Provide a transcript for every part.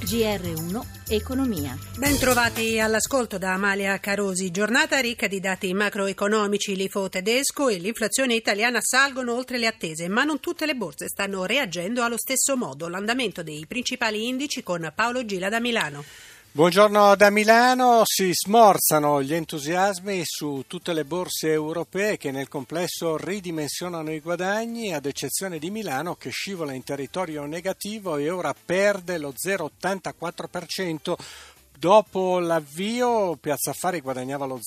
GR1 Economia. Ben trovati all'ascolto da Amalia Carosi. Giornata ricca di dati macroeconomici. L'IFO tedesco e l'inflazione italiana salgono oltre le attese, ma non tutte le borse stanno reagendo allo stesso modo. L'andamento dei principali indici con Paolo Gila da Milano. Buongiorno da Milano. Si smorzano gli entusiasmi su tutte le borse europee che nel complesso ridimensionano i guadagni, ad eccezione di Milano che scivola in territorio negativo e ora perde lo 0,84%. Dopo l'avvio Piazza Affari guadagnava lo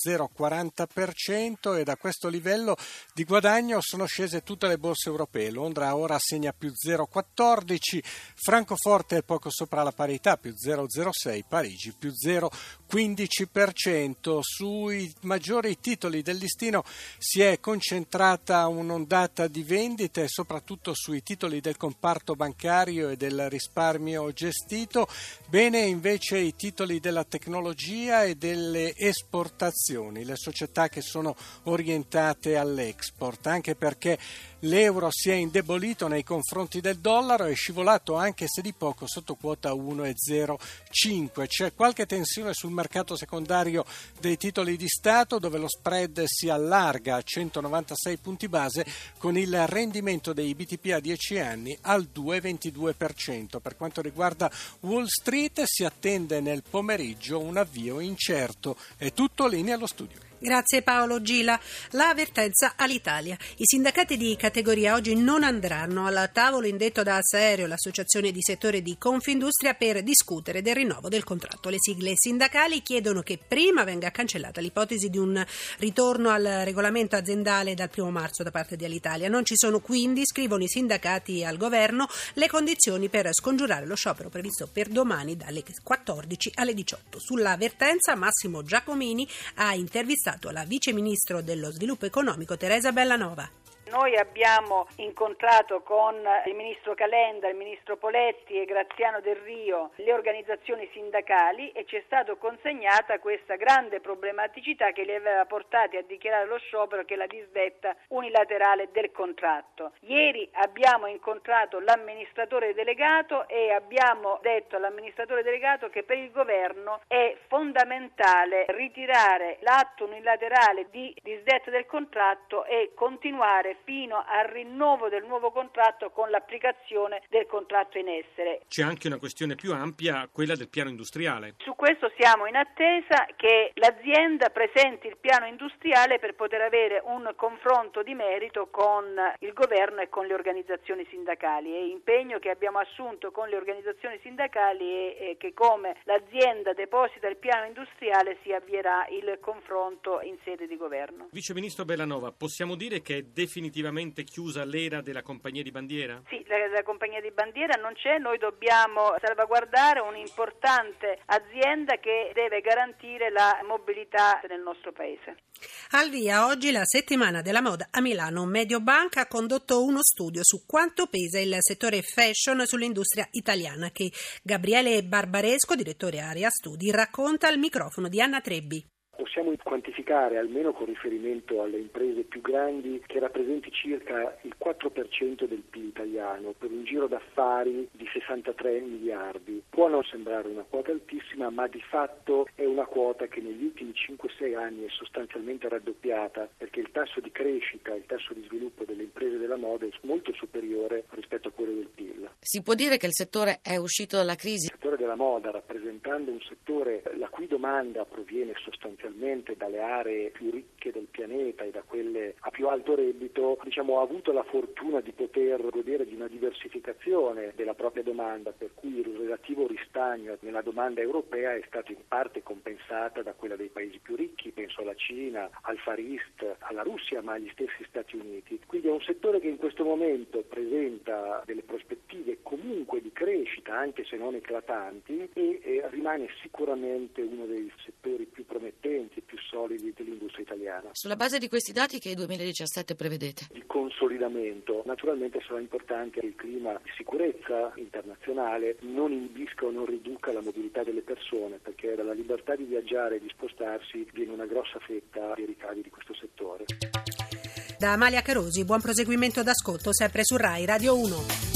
0,40% e da questo livello di guadagno sono scese tutte le borse europee. Londra ora segna più 0,14%, Francoforte è poco sopra la parità, più 0,06%, Parigi più 0,15%. Sui maggiori titoli del listino si è concentrata un'ondata di vendite, soprattutto sui titoli del comparto bancario e del risparmio gestito. Bene invece i titoli della tecnologia e delle esportazioni, le società che sono orientate all'export, anche perché l'euro si è indebolito nei confronti del dollaro e è scivolato anche se di poco sotto quota 1,05. C'è qualche tensione sul mercato secondario dei titoli di Stato, dove lo spread si allarga a 196 punti base con il rendimento dei BTP a 10 anni al 2,22%. Per quanto riguarda Wall Street si attende nel pomeriggio un avvio incerto. È tutto, linea allo studio. Grazie Paolo Gila. L'avvertenza all'Italia. I sindacati di categoria oggi non andranno al tavolo indetto da Assaerio, l'associazione di settore di Confindustria, per discutere del rinnovo del contratto. Le sigle sindacali chiedono che prima venga cancellata l'ipotesi di un ritorno al regolamento aziendale dal 1 marzo da parte di Alitalia. Non ci sono quindi, scrivono i sindacati al governo, le condizioni per scongiurare lo sciopero previsto per domani dalle 14 alle 18. Sull'avvertenza Massimo Giacomini ha intervistato la vice ministro dello sviluppo economico Teresa Bellanova. Noi abbiamo incontrato con il ministro Calenda, il ministro Poletti e Graziano Del Rio le organizzazioni sindacali e ci è stata consegnata questa grande problematicità che li aveva portati a dichiarare lo sciopero, che è la disdetta unilaterale del contratto. Ieri abbiamo incontrato l'amministratore delegato e abbiamo detto all'amministratore delegato che per il governo è fondamentale ritirare l'atto unilaterale di disdetta del contratto e continuare fino al rinnovo del nuovo contratto con l'applicazione del contratto in essere. C'è anche una questione più ampia, quella del piano industriale. Su questo siamo in attesa che l'azienda presenti il piano industriale per poter avere un confronto di merito con il governo e con le organizzazioni sindacali. È impegno che abbiamo assunto con le organizzazioni sindacali e che come l'azienda deposita il piano industriale si avvierà il confronto in sede di governo. Vice Ministro Bellanova, possiamo dire che è definitivamente chiusa l'era della compagnia di bandiera? Sì, la compagnia di bandiera non c'è, noi dobbiamo salvaguardare un'importante azienda che deve garantire la mobilità nel nostro paese. Al via oggi la settimana della moda a Milano. Mediobanca ha condotto uno studio su quanto pesa il settore fashion sull'industria italiana che Gabriele Barbaresco, direttore Area Studi, racconta al microfono di Anna Trebbi. Possiamo quantificare, almeno con riferimento alle imprese più grandi, che rappresenti circa il 4% del PIL italiano, per un giro d'affari di 63 miliardi. Può non sembrare una quota altissima, ma di fatto è una quota che negli ultimi 5-6 anni è sostanzialmente raddoppiata, perché il tasso di crescita, il tasso di sviluppo delle imprese della moda è molto superiore rispetto a quello del PIL. Si può dire che il settore è uscito dalla crisi? Il settore della moda, rappresentando un settore la cui domanda proviene sostanzialmente dalle aree più ricche del pianeta e da quelle a più alto reddito, ha avuto la fortuna di poter godere di una diversificazione della propria domanda, per cui il relativo ristagno nella domanda europea è stato in parte compensata da quella dei paesi più ricchi, penso alla Cina, al Far East, alla Russia, ma agli stessi Stati Uniti. Quindi è un settore che in questo momento presenta delle prospettive comunque di crescita, anche se non eclatanti, e rimane sicuramente uno dei settori più promettenti, più solidi dell'industria italiana. Sulla base di questi dati che il 2017 prevedete? Di consolidamento. Naturalmente sarà importante che il clima di sicurezza internazionale non inibisca o non riduca la mobilità delle persone, perché dalla libertà di viaggiare e di spostarsi viene una grossa fetta dei ricavi di questo settore. Da Amalia Carosi, buon proseguimento d'ascolto sempre su Rai Radio 1.